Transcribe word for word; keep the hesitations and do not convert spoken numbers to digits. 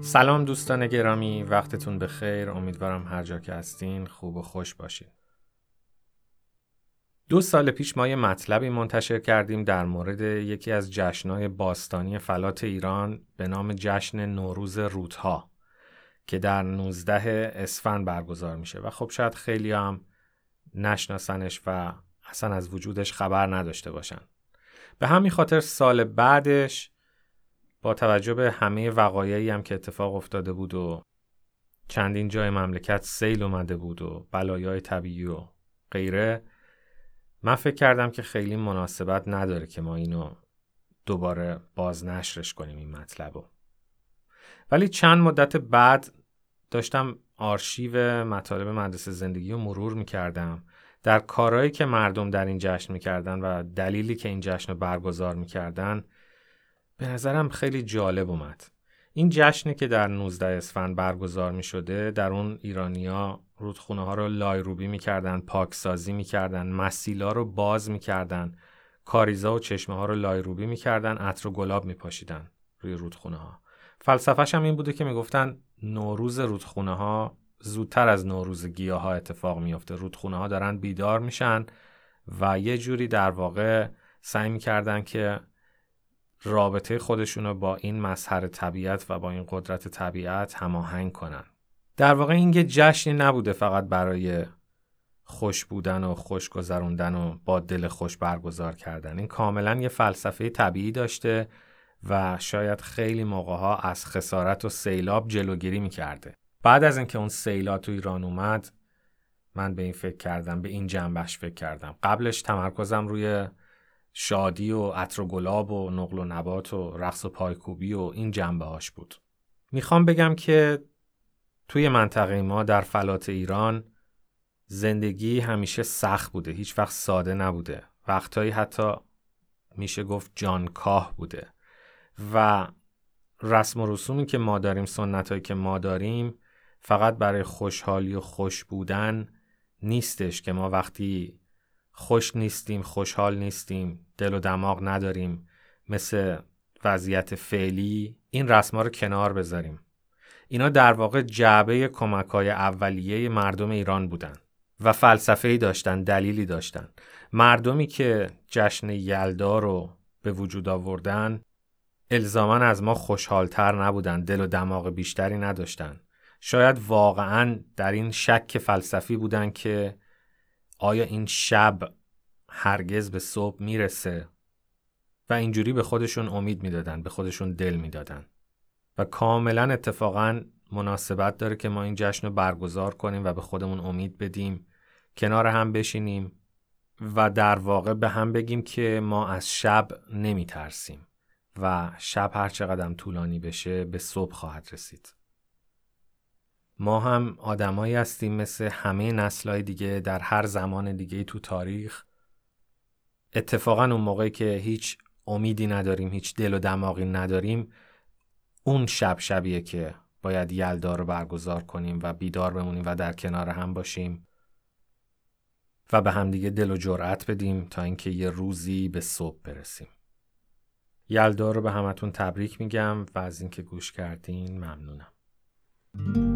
سلام دوستان گرامی، وقتتون بخیر. امیدوارم هر جا که هستین خوب و خوش باشین. دو سال پیش ما یه مطلبی منتشر کردیم در مورد یکی از جشن‌های باستانی فلات ایران به نام جشن نوروز رودها که در نوزده اسفند برگزار میشه و خب شاید خیلی هم نشناسنش و اصلا از وجودش خبر نداشته باشن. به همین خاطر سال بعدش با توجه به همه وقایعی هم که اتفاق افتاده بود و چندین جای مملکت سیل اومده بود و بلایای طبیعی و غیره، من فکر کردم که خیلی مناسبت نداره که ما اینو دوباره بازنشرش کنیم این مطلبو. ولی چند مدت بعد داشتم آرشیو مطالب مدرسه زندگی رو مرور میکردم در کارهایی که مردم در این جشن میکردن و دلیلی که این جشن رو برگزار میکردن. به نظرم خیلی جالب اومد. این جشنی که در نوزده اسفند برگزار می شده، در اون ایرانیا رودخونه ها رو لایروبی می کردن، پاکسازی می کردن، مسیلا رو باز می کردن، کاریزا و چشمه ها رو لایروبی می کردن، عطر و گلاب می پاشیدن روی رودخونه ها. فلسفه‌ش هم این بوده که می گفتن نوروز رودخونه ها زودتر از نوروز گیاه ها اتفاق می افته. رودخونه ها دارن بیدار میشن و یه جوری در واقع سعی می کردن که رابطه خودشونو با این مظهر طبیعت و با این قدرت طبیعت هماهنگ کنن. در واقع این یه جشنی نبوده فقط برای خوش بودن و خوش گذروندن و با دل خوش برگزار کردن. این کاملا یه فلسفه طبیعی داشته و شاید خیلی موقعها از خسارت و سیلاب جلوگیری میکرده. بعد از اینکه اون سیلاب تو ایران اومد، من به این فکر کردم، به این جنبش فکر کردم. قبلش تمرکزم روی شادی و عطر و گلاب و نقل و نبات و رقص و پایکوبی و این جنبه هاش بود. میخوام بگم که توی منطقه ما در فلات ایران زندگی همیشه سخت بوده، هیچ وقت ساده نبوده. وقتایی حتی میشه گفت جانکاه بوده و رسم و رسومی که ما داریم، سنتایی که ما داریم فقط برای خوشحالی و خوش بودن نیستش که ما وقتی خوش نیستیم، خوشحال نیستیم، دل و دماغ نداریم، مثل وضعیت فعلی این رسم‌ها رو کنار بذاریم. اینا در واقع جعبه کمک‌های اولیه مردم ایران بودن و فلسفه‌ای داشتن، دلیلی داشتن. مردمی که جشن یلدا رو به وجود آوردن الزاماً از ما خوشحال‌تر نبودن، دل و دماغ بیشتری نداشتن. شاید واقعاً در این شک فلسفی بودن که آیا این شب هرگز به صبح میرسه و اینجوری به خودشون امید میدادن، به خودشون دل میدادن. و کاملا اتفاقا مناسبت داره که ما این جشن رو برگزار کنیم و به خودمون امید بدیم، کنار هم بشینیم و در واقع به هم بگیم که ما از شب نمیترسیم و شب هر چقدر طولانی بشه به صبح خواهد رسید. ما هم آدمایی هستیم مثل همه نسل‌های دیگه در هر زمان دیگه تو تاریخ. اتفاقا اون موقعی که هیچ امیدی نداریم، هیچ دل و دماغی نداریم، اون شب شبیه که باید یلدا رو برگزار کنیم و بیدار بمونیم و در کنار هم باشیم و به هم دیگه دل و جرأت بدیم تا اینکه یه روزی به صبح برسیم. یلدا رو به همتون تبریک میگم و از اینکه گوش کردین ممنونم.